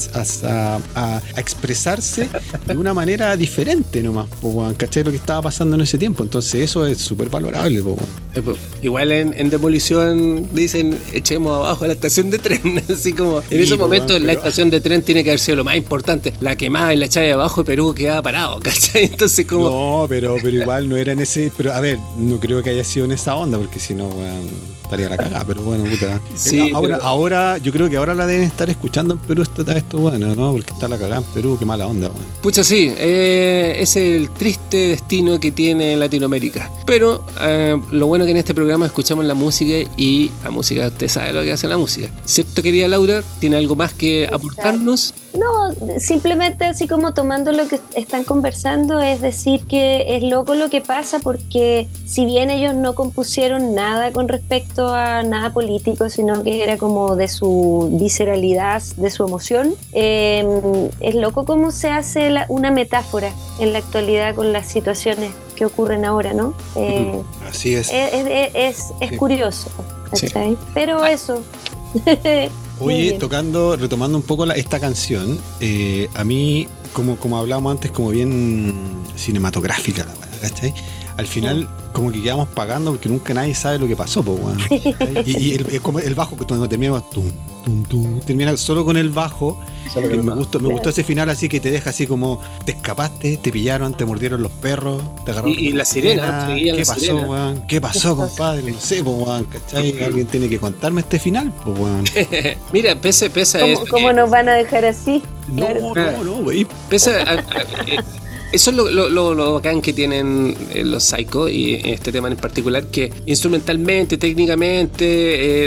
A: expresarse de una manera diferente nomás, ¿cachai? Lo que estaba pasando en ese tiempo. Entonces eso es súper valorable,
D: Igual en Demolición dicen echemos abajo la estación de tren, así como en esos momentos la estación de tren tiene que haber sido lo más importante, la quemada y la echada de abajo y Perú quedaba parado, ¿cachai? Entonces como...
A: No, pero igual no era en ese, pero a ver, no creo que haya sido en esa onda, porque si no, estaría la cagada, pero bueno, puta.
D: Sí,
A: ahora, yo creo que ahora la deben estar escuchando en Perú, esto bueno, ¿no? Porque está la cagada en Perú, qué mala onda, bueno.
D: Pucha, sí, es el triste destino que tiene Latinoamérica. Pero lo bueno que en este programa escuchamos la música y la música, usted sabe lo que hace la música. ¿Cierto, querida Laura? ¿Tiene algo más que aportarnos?
E: No, simplemente así como tomando lo que están conversando, es decir que es loco lo que pasa, porque si bien ellos no compusieron nada con respecto a nada político, sino que era como de su visceralidad, de su emoción, es loco cómo se hace una metáfora en la actualidad con las situaciones que ocurren ahora, ¿no?
A: Así es.
E: Es
A: Sí.
E: Curioso, ¿cachai? Sí. Pero eso...
A: Oye, retomando un poco esta canción, a mí, como hablábamos antes, como bien cinematográfica, ¿cachai? Al final, como que quedamos pagando porque nunca nadie sabe lo que pasó, pues, bueno. Y como el bajo, que cuando termina, termina solo con el bajo. Me gustó ese final así que te deja así como te escapaste, te pillaron, te mordieron los perros, te agarraron.
D: Y la sirena,
A: ¿qué pasó, weón? ¿Qué pasó, compadre? No sé, pues, weón, ¿cachai? Alguien tiene que contarme este final, pues, weón.
D: Mira, pese a
E: ¿Cómo nos van a dejar así?
A: No, güey.
D: Eso es lo bacán que tienen los Psycho, y este tema en particular, que instrumentalmente, técnicamente,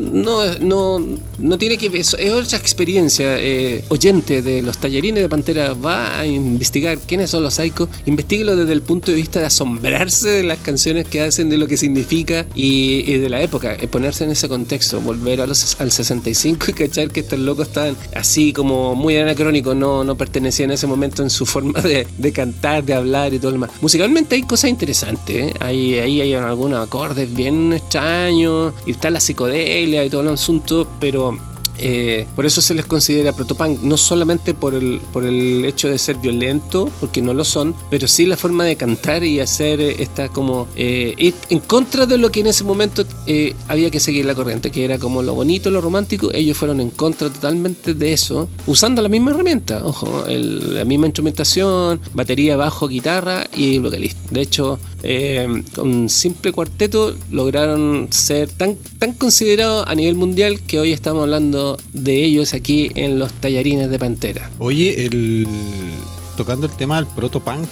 D: no tiene que ver, es otra experiencia. Oyente de los tallarines de Pantera, va a investigar quiénes son los Psycho, investíguelo desde el punto de vista de asombrarse de las canciones que hacen, de lo que significa y de la época, ponerse en ese contexto, volver al 65 y cachar que estos locos estaban así como muy anacrónicos, no pertenecían en ese momento en su forma de cantar, de hablar y todo lo demás. Musicalmente hay cosas interesantes, ahí hay algunos acordes bien extraños y está la psicodelia y todo el asunto, pero por eso se les considera protopunk, no solamente por el hecho de ser violento, porque no lo son, pero sí la forma de cantar y hacer esta como ir en contra de lo que en ese momento había que seguir la corriente, que era como lo bonito, lo romántico. Ellos fueron en contra totalmente de eso, usando la misma herramienta, ojo, la misma instrumentación, batería, bajo, guitarra y vocalista. De hecho, con un simple cuarteto lograron ser tan considerados a nivel mundial que hoy estamos hablando de ellos aquí en los tallarines de Pantera.
A: Oye, tocando el tema del protopunk,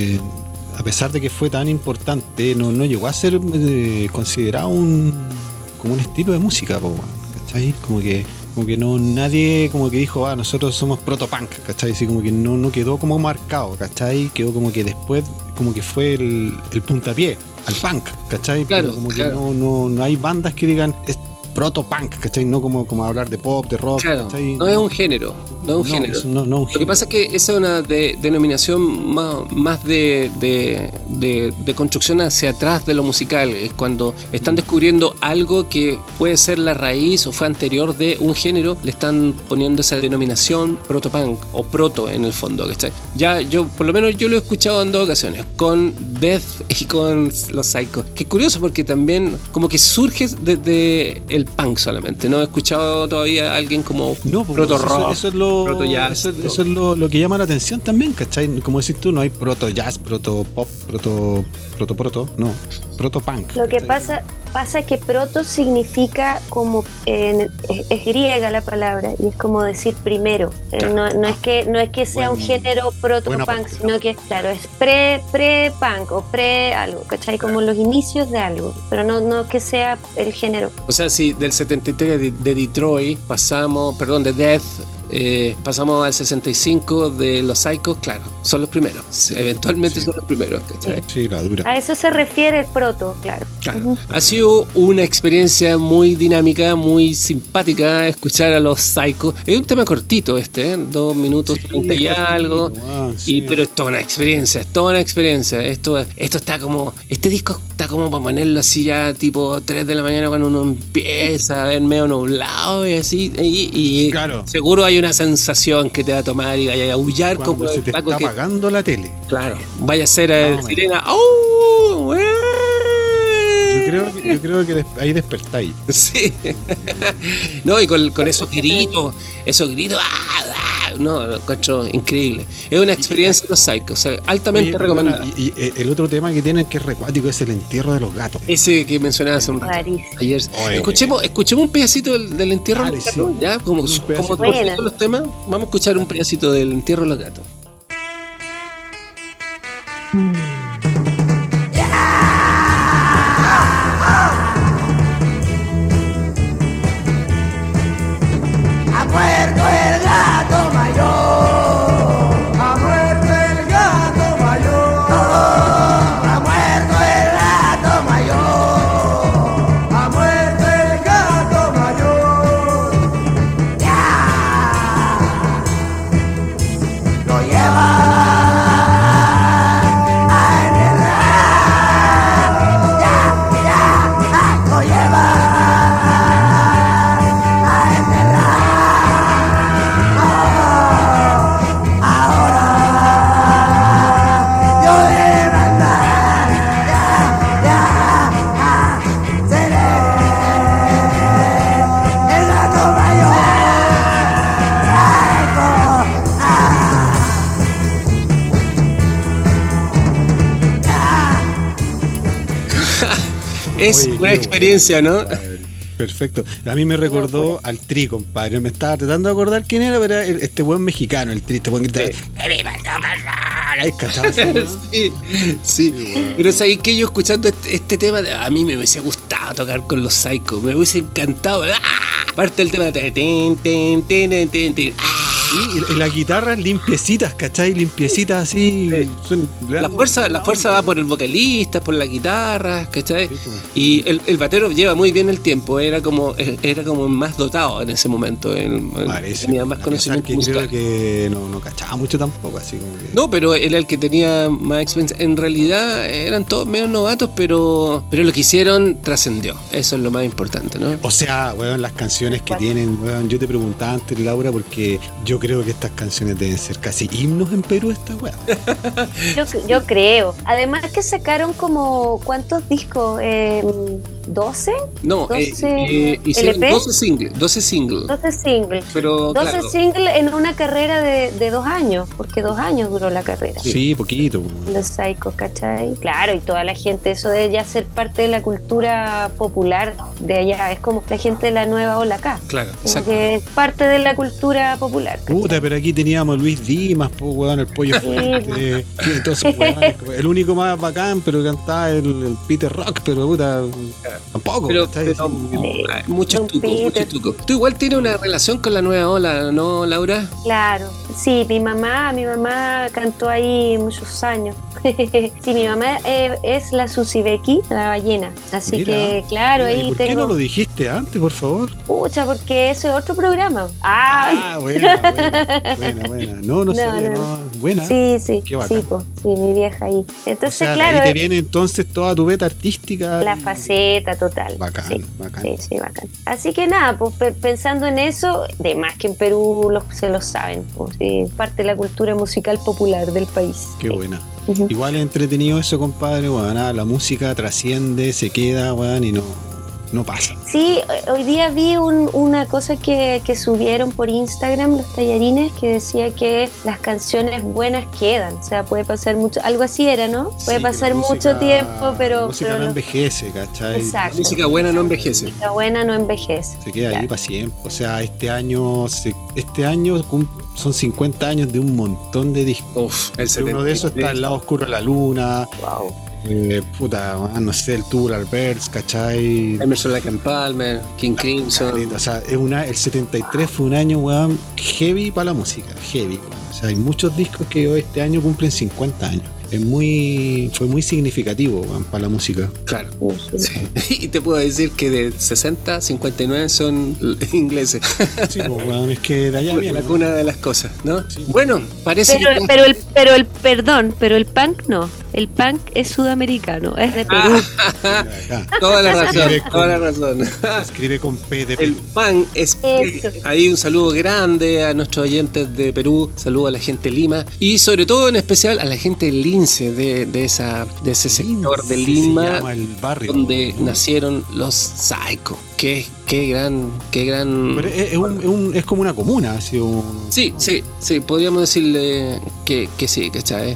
A: a pesar de que fue tan importante, no llegó a ser considerado como un estilo de música, ¿cachai? Como que no, nadie como que dijo, nosotros somos protopunk, ¿cachai? Así como que no quedó como marcado, ¿cachai? Quedó como que después, como que fue el puntapié al punk, ¿cachai?
D: Claro,
A: pero como
D: claro.
A: Que no hay bandas que digan proto-punk, ¿cachai? No como hablar de pop, de rock,
D: claro,
A: ¿cachai?
D: no es un género. Lo que pasa es que esa es una denominación más de construcción hacia atrás de lo musical. Es cuando están descubriendo algo que puede ser la raíz o fue anterior de un género, le están poniendo esa denominación protopunk o proto en el fondo, ¿cachai? Ya por lo menos yo lo he escuchado en 2 ocasiones, con Death y con los Psycho. Que es curioso porque también como que surge desde el punk solamente. No he escuchado todavía a alguien como proto rock.
A: Eso es lo que llama la atención también, ¿cachai? Como decís tú, no hay proto jazz, proto pop, proto punk.
E: Lo que pasa pasa que proto significa como, es griega la palabra, y es como decir primero. No es que sea un género proto-punk, sino que, claro, es pre-punk o pre-algo, ¿cachai? Como los inicios de algo, pero no que sea el género.
D: O sea, si del 73 de Detroit de Death, pasamos al 65 de los Psychos, claro, son los primeros. Eventualmente son los primeros, ¿cachai?
A: Sí, la dura.
E: A eso se refiere el proto, claro.
D: Ha sido una experiencia muy dinámica, muy simpática escuchar a los Psychos. Es un tema cortito 2 minutos 30 y algo. Pero es toda una experiencia, Esto está como, este disco está como para ponerlo así ya tipo 3 de la mañana cuando uno empieza a ver medio nublado y así. Y
A: claro,
D: seguro hay una sensación que te va a tomar y vaya a aullar
A: cuando
D: como
A: se te está apagando la tele.
D: Claro, vaya a ser sirena. ¡Oh!
A: Yo creo que ahí despertáis.
D: Sí. No, y con esos gritos. No, lo encuentro increíble. Es una experiencia de los Psychos, o sea, altamente recomendada.
A: Y el otro tema que tienen que es recuático es el entierro de los gatos.
D: Ese que mencionaba hace un rato. Ayer. Escuchemos un pedacito del entierro de los gatos.
A: Sí.
D: ¿Ya? Como todos los temas, vamos a escuchar un pedacito del entierro de los gatos.
B: Ha muerto el gato mayor, ha muerto el gato mayor, ha muerto el gato mayor, ha muerto el gato mayor. Ya lo lleva a enterrar, ya lo lleva.
D: Es una experiencia, ¿no?
A: Perfecto. A mí me recordó al Tri, compadre. Me estaba tratando de acordar quién era, pero era este buen mexicano, el Tri, este buen que
D: Sí. Pero sabéis que yo escuchando este tema, a mí me hubiese gustado tocar con los Psychos, me hubiese encantado. Parte del tema.
A: Y las guitarras limpiecitas, ¿cachai? Limpiecitas así.
D: Sí. La fuerza va por el vocalista, por la guitarra, ¿cachai? Y el batero lleva muy bien el tiempo, era como más dotado en ese momento. Tenía más conocimiento musical.
A: Creo que no cachaba mucho tampoco, así como que...
D: No, pero era el que tenía más experiencia. En realidad eran todos medio novatos, pero lo que hicieron trascendió. Eso es lo más importante, ¿no?
A: O sea, weón, las canciones que tienen, weón, yo te preguntaba antes, Laura, porque yo creo que estas canciones deben ser casi himnos en Perú, esta weá.
E: Yo creo. Además que sacaron como, ¿cuántos discos? ¿12?
D: No,
E: 12
D: hicieron
E: LP?
D: 12 singles.
E: 12 singles.
D: Pero
E: 12
D: claro,
E: singles en una carrera de 2 años, porque 2 años duró la carrera.
A: Sí, poquito.
E: Los Psychos, ¿cachai? Claro, y toda la gente, eso de ya ser parte de la cultura popular de allá, es como la gente de la nueva ola acá.
D: claro,
E: Como
D: exacto.
E: que es parte de la cultura popular. ¿cachai?
A: Puta, pero aquí teníamos a Luis Dimas, pues, weón, el pollo fuerte. Entonces, weón, el único más bacán, pero cantaba el Peter Rock, pero puta, tampoco.
D: Pero
A: ¿cachai?
D: muchos trucos. Tú igual tienes una relación con la nueva ola, ¿no, Laura?
E: Claro, sí, mi mamá cantó ahí muchos años. Sí, mi mamá es la Susi Becky, la ballena. Así
A: Mira,
E: que, claro,
A: mira, ¿y
E: ahí
A: por
E: tengo.
A: qué no lo dijiste antes, por favor?
E: Pucha, porque eso es otro programa.
A: Buena. No sé,
E: No.
A: buena.
E: Sí,
A: Qué bacán.
E: sí, mi vieja ahí.
A: O
E: Entonces,
A: sea,
E: claro,
A: ahí te viene entonces toda tu beta artística.
E: la faceta total.
A: Bacán,
E: sí.
A: bacán.
E: Sí, bacán. Así que nada, pues pensando en eso, de más que en Perú se lo saben, pues, sí, parte de la cultura musical popular del país.
A: Qué
E: Sí.
A: buena.
E: Ujú.
A: Igual es entretenido eso, compadre, weón. La música trasciende, se queda, weón, y no no pasa.
E: Sí, hoy día vi una cosa que subieron por Instagram los tallarines, que decía que las canciones buenas quedan, o sea, puede pasar mucho, algo así era, ¿no? Puede
A: Sí,
E: pasar
A: la música-
E: mucho tiempo, pero...
A: La música
E: pero
A: no
E: no-
A: envejece, ¿cachai?
E: Exacto.
D: Música buena no envejece.
E: La buena no envejece.
A: Se queda ahí
E: Claro.
A: para siempre. O sea, este año son 50 años de un montón de discos.
D: Uf, el
A: Y uno de esos está El lado oscuro de la luna,
E: Wow.
A: no sé, el Tubular Bells, ¿cachai?
D: Emerson Lake and Palmer, King Crimson.
A: O sea, el 73 fue un año, weón, heavy para la música, heavy, weón. O sea, hay muchos discos que hoy este año cumplen 50 años. Fue muy significativo, weón, para la música.
D: Claro. Sí. Y te puedo decir que de 60, 59 son ingleses.
A: Sí, pues, weón, es que de allá viene.
D: La
A: weón.
D: cuna de las cosas, ¿no?
A: Sí.
D: Bueno, parece
E: Pero,
D: que...
E: pero el punk no. El punk es sudamericano, es de Perú.
A: Acá.
D: Toda la razón,
A: Escribe
D: toda la
A: con-
D: razón.
A: Se escribe con P de
D: El
A: Perú.
D: pan es...
E: Eso.
D: Ahí un saludo grande a nuestros oyentes de Perú, saludo a la gente de Lima y sobre todo en especial a la gente de Lince, de ese sector de
A: Sí,
D: Lima,
A: se llama el barrio.
D: donde nacieron los Psycho. Qué gran...
A: Pero es como una comuna, así un...
D: Sí, podríamos decirle que sí, ¿cachai?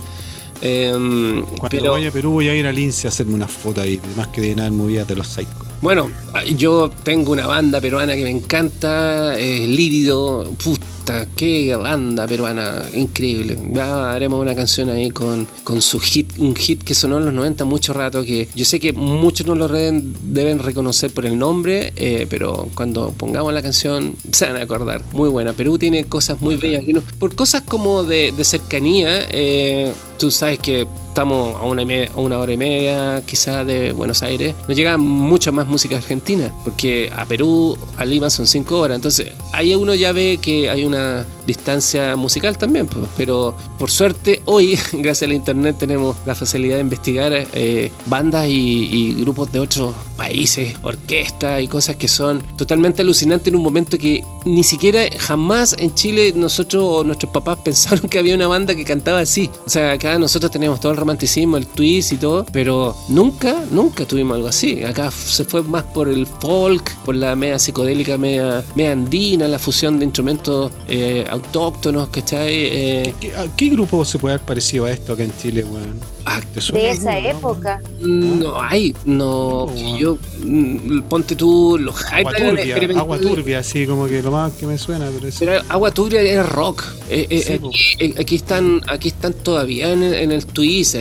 A: Cuando
D: Pero
A: vaya a Perú voy a ir a Lince a hacerme una foto ahí, más que de nada movidas de los Psycho.
D: bueno, yo tengo una banda peruana que me encanta, Lírido, puta, qué banda peruana, increíble. Ya haremos una canción ahí con su hit, un hit que sonó en los 90 mucho rato, que yo sé que muchos no lo deben reconocer por el nombre, pero cuando pongamos la canción se van a acordar. Muy buena. Perú tiene cosas muy bellas, y por cosas como de cercanía, tú sabes que estamos a una hora y media quizás de Buenos Aires, nos llega mucha más música argentina, porque a Perú, a Lima son 5 horas, entonces ahí uno ya ve que hay una distancia musical también, pues. Pero por suerte hoy, gracias al internet, tenemos la facilidad de investigar bandas y grupos de otros países, orquestas y cosas que son totalmente alucinantes en un momento que ni siquiera jamás en Chile nosotros o nuestros papás pensaron que había una banda que cantaba así. O sea, acá nosotros teníamos todo el romanticismo, el twist y todo, pero nunca tuvimos algo así. Acá se fue más por el folk, por la media psicodélica, media andina, la fusión de instrumentos autóctonos, ¿cachai?
A: ¿Qué grupo se puede haber parecido a esto acá en Chile, weón? ¿Te suena
E: De esa
A: alguno, no?
E: época.
D: No hay, no, que yo, ponte tú, los hype eran experimentales.
A: Agua turbia, así como que lo más que me suena, pero eso.
D: Pero Agua Turbia era rock.
A: Sí,
D: Aquí están todavía en el twist.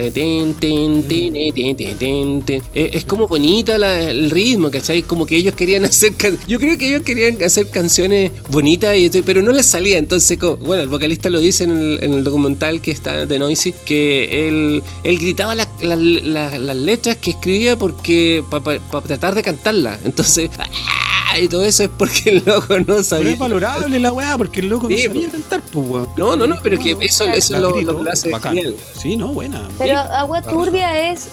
D: Es como bonita el ritmo, ¿cachai? Como que ellos querían hacer... Yo creo que ellos querían hacer canciones bonitas, pero no les salía. Entonces, bueno, el vocalista lo dice en el documental que está de Noisy, que él gritaba las letras que escribía porque para tratar de cantarlas. Entonces... y todo eso es porque el loco no
A: Pero
D: sabía.
A: es valorable la weá, porque el loco
D: Sí,
A: no sabía
D: po.
A: cantar, pues, weón.
D: No, pero es que eso es lo que lo hace
A: Bacán.
D: genial.
A: Sí, no, buena.
E: Pero Agua Turbia es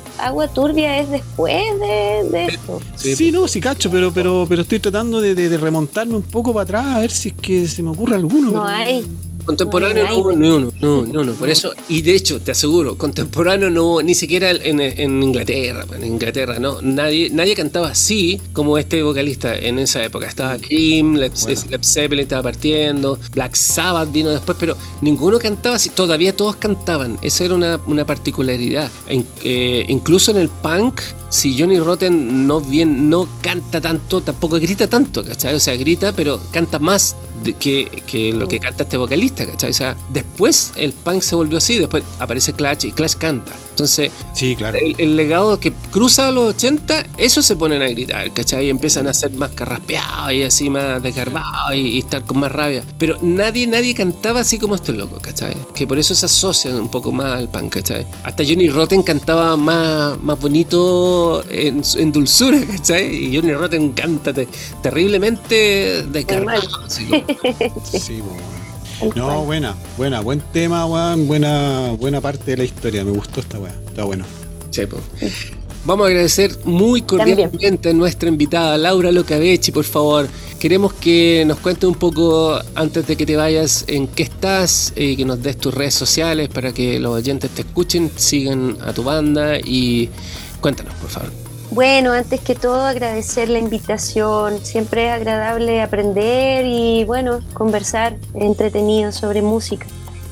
E: después de esto.
A: Sí, no, sí cacho, pero estoy tratando de remontarme un poco para atrás a ver si es que se me ocurre alguno.
E: No
A: pero-
E: hay.
D: Contemporáneo no hubo ni uno, por eso, y de hecho, te aseguro, contemporáneo no hubo ni siquiera en Inglaterra, no, nadie cantaba así como este vocalista en esa época. Estaba Cream, Led Zeppelin estaba partiendo, Black Sabbath vino después, pero ninguno cantaba así, todavía todos cantaban, esa era una particularidad. Incluso en el punk, si Johnny Rotten no canta tanto, tampoco grita tanto, ¿cachai? O sea, grita, pero canta más que lo que canta este vocalista, ¿cachai? O sea, después el punk se volvió así, después aparece Clash y Clash canta. Entonces,
A: Sí, claro.
D: el legado que cruza a los 80, eso se ponen a gritar, ¿cachai? Y empiezan a ser más carraspeados y así más desgarbados y estar con más rabia. Pero nadie cantaba así como este loco, ¿cachai? Que por eso se asocian un poco más al punk, ¿cachai? Hasta Johnny Rotten cantaba más bonito en dulzura, ¿cachai? Y Johnny Rotten canta terriblemente desgarrado. Así como-
A: Sí, pues, weón. No, buen tema, weón. Buena parte de la historia. Me gustó esta weá. Está bueno.
D: Sí, po. Vamos a agradecer muy cordialmente a nuestra invitada Laura Locavechi, por favor. Queremos que nos cuentes un poco, antes de que te vayas, en qué estás, que nos des tus redes sociales para que los oyentes te escuchen, sigan a tu banda y cuéntanos, por favor.
E: Bueno, antes que todo agradecer la invitación. Siempre es agradable aprender y bueno, conversar entretenido sobre música.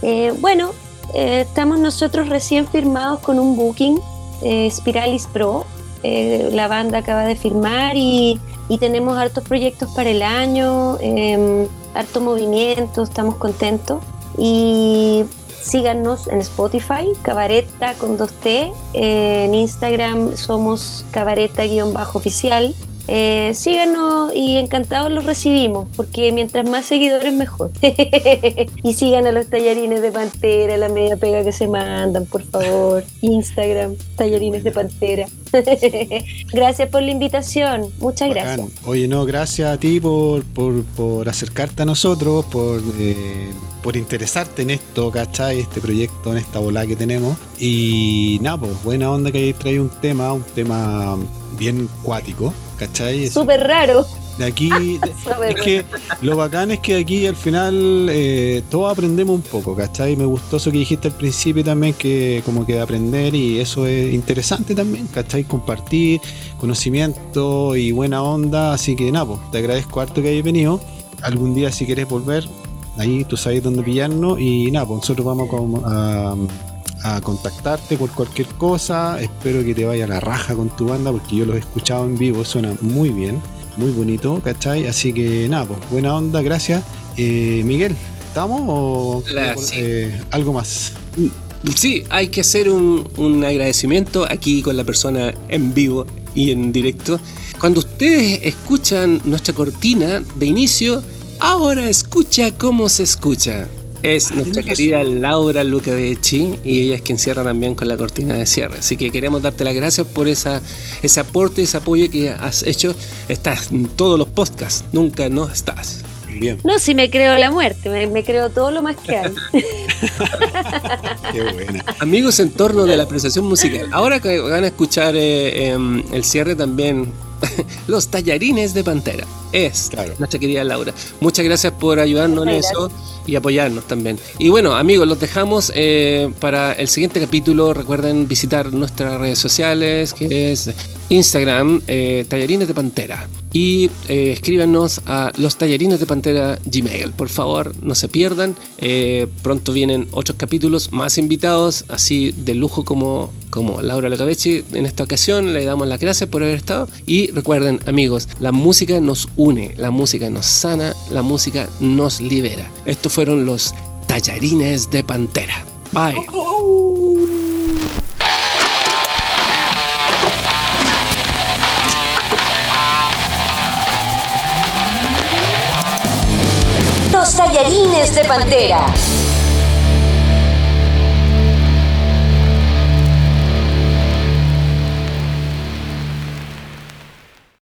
E: Estamos nosotros recién firmados con un booking, Spiralis Pro. La banda acaba de firmar y tenemos hartos proyectos para el año, harto movimiento, estamos contentos. Y síganos en Spotify, Cabareta con 2T, en Instagram somos Cabareta_oficial. Síganos y encantados los recibimos, porque mientras más seguidores mejor. Y sigan a los Tallarines de Pantera, la media pega que se mandan, por favor. Instagram, Tallarines de Pantera. Gracias por la invitación, muchas gracias.
A: Bacán. Oye, no, gracias a ti por acercarte a nosotros, por interesarte en esto, ¿cachai? Este proyecto, en esta bola que tenemos. Y nada, pues buena onda que hayáis traído un tema bien cuático, ¿cachai?
E: Súper raro.
A: De aquí, es que lo bacán es que aquí al final todos aprendemos un poco, ¿cachai? Me gustó eso que dijiste al principio también, que como que aprender, y eso es interesante también, ¿cachai? Compartir conocimiento y buena onda, así que nada, pues, te agradezco harto que hayas venido. Algún día si querés volver, ahí tú sabes dónde pillarnos, y nada, pues nosotros vamos a contactarte por cualquier cosa. Espero que te vaya a la raja con tu banda, porque yo los he escuchado en vivo, suena muy bien, muy bonito, ¿cachai? Así que nada, pues buena onda, gracias. Miguel, ¿estamos o algo más?
D: Sí, hay que hacer un agradecimiento aquí con la persona en vivo y en directo. Cuando ustedes escuchan nuestra cortina de inicio, ahora escucha cómo se escucha. Es nuestra querida Laura Lucavecchi, y ella es quien cierra también con la cortina de cierre. Así que queremos darte las gracias por ese aporte, ese apoyo que has hecho. Estás en todos los podcasts, nunca no estás.
A: Bien.
E: No, si me creo la muerte, me creo todo lo más que hay.
A: Qué buena.
D: Amigos, en torno de la apreciación musical. Ahora que van a escuchar el cierre también, los Tallarines de Pantera. Nuestra querida Laura. Muchas gracias por ayudarnos en eso y apoyarnos también. Y bueno, amigos, los dejamos para el siguiente capítulo. Recuerden visitar nuestras redes sociales, que es Instagram, Tallarines de Pantera. Y escríbanos a los Tallarines de Pantera Gmail. Por favor, no se pierdan. Pronto vienen otros capítulos, más invitados, así de lujo como Laura Lucavecchi. En esta ocasión le damos las gracias por haber estado. Y recuerden, amigos, la música nos une, la música nos sana, la música nos libera. Estos fueron los Tallarines de Pantera. Bye.
C: Los Tallarines de Pantera.